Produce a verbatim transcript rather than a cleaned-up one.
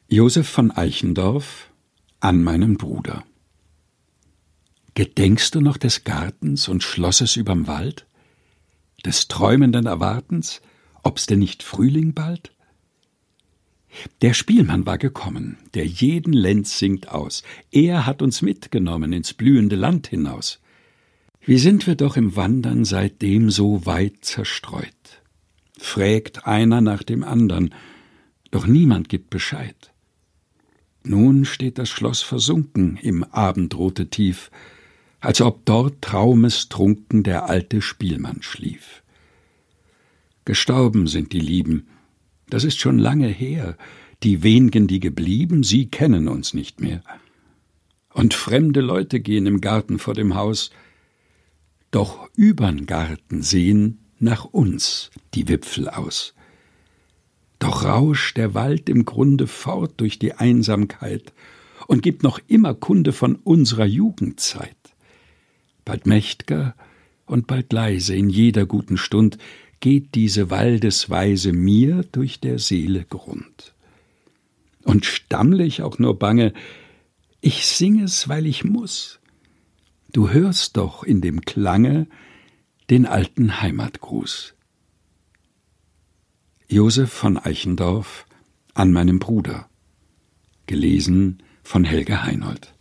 Josef von Eichendorff an meinen Bruder. Gedenkst du noch des Gartens und Schlosses überm Wald? Des träumenden Erwartens, ob's denn nicht Frühling bald? Der Spielmann war gekommen, der jeden Lenz singt aus. Er hat uns mitgenommen ins blühende Land hinaus. Wie sind wir doch im Wandern seitdem so weit zerstreut? Frägt einer nach dem andern, doch niemand gibt Bescheid. Nun steht das Schloss versunken im Abendrote Tief, als ob dort traumestrunken der alte Spielmann schlief. Gestorben sind die Lieben, das ist schon lange her, die wen'gen, die geblieben, sie kennen uns nicht mehr. Und fremde Leute gehen im Garten vor dem Haus, doch übern Garten sehen nach uns die Wipfel aus. Doch rauscht der Wald im Grunde fort durch die Einsamkeit und gibt noch immer Kunde von unserer Jugendzeit. Bald mächt'ger und bald leise in jeder guten Stund geht diese Waldesweise mir durch der Seele Grund. Und stammle ich auch nur bange, ich sing es, weil ich muß. Du hörst doch in dem Klange den alten Heimatgruß. Josef von Eichendorff an meinem Bruder. Gelesen von Helge Heinold.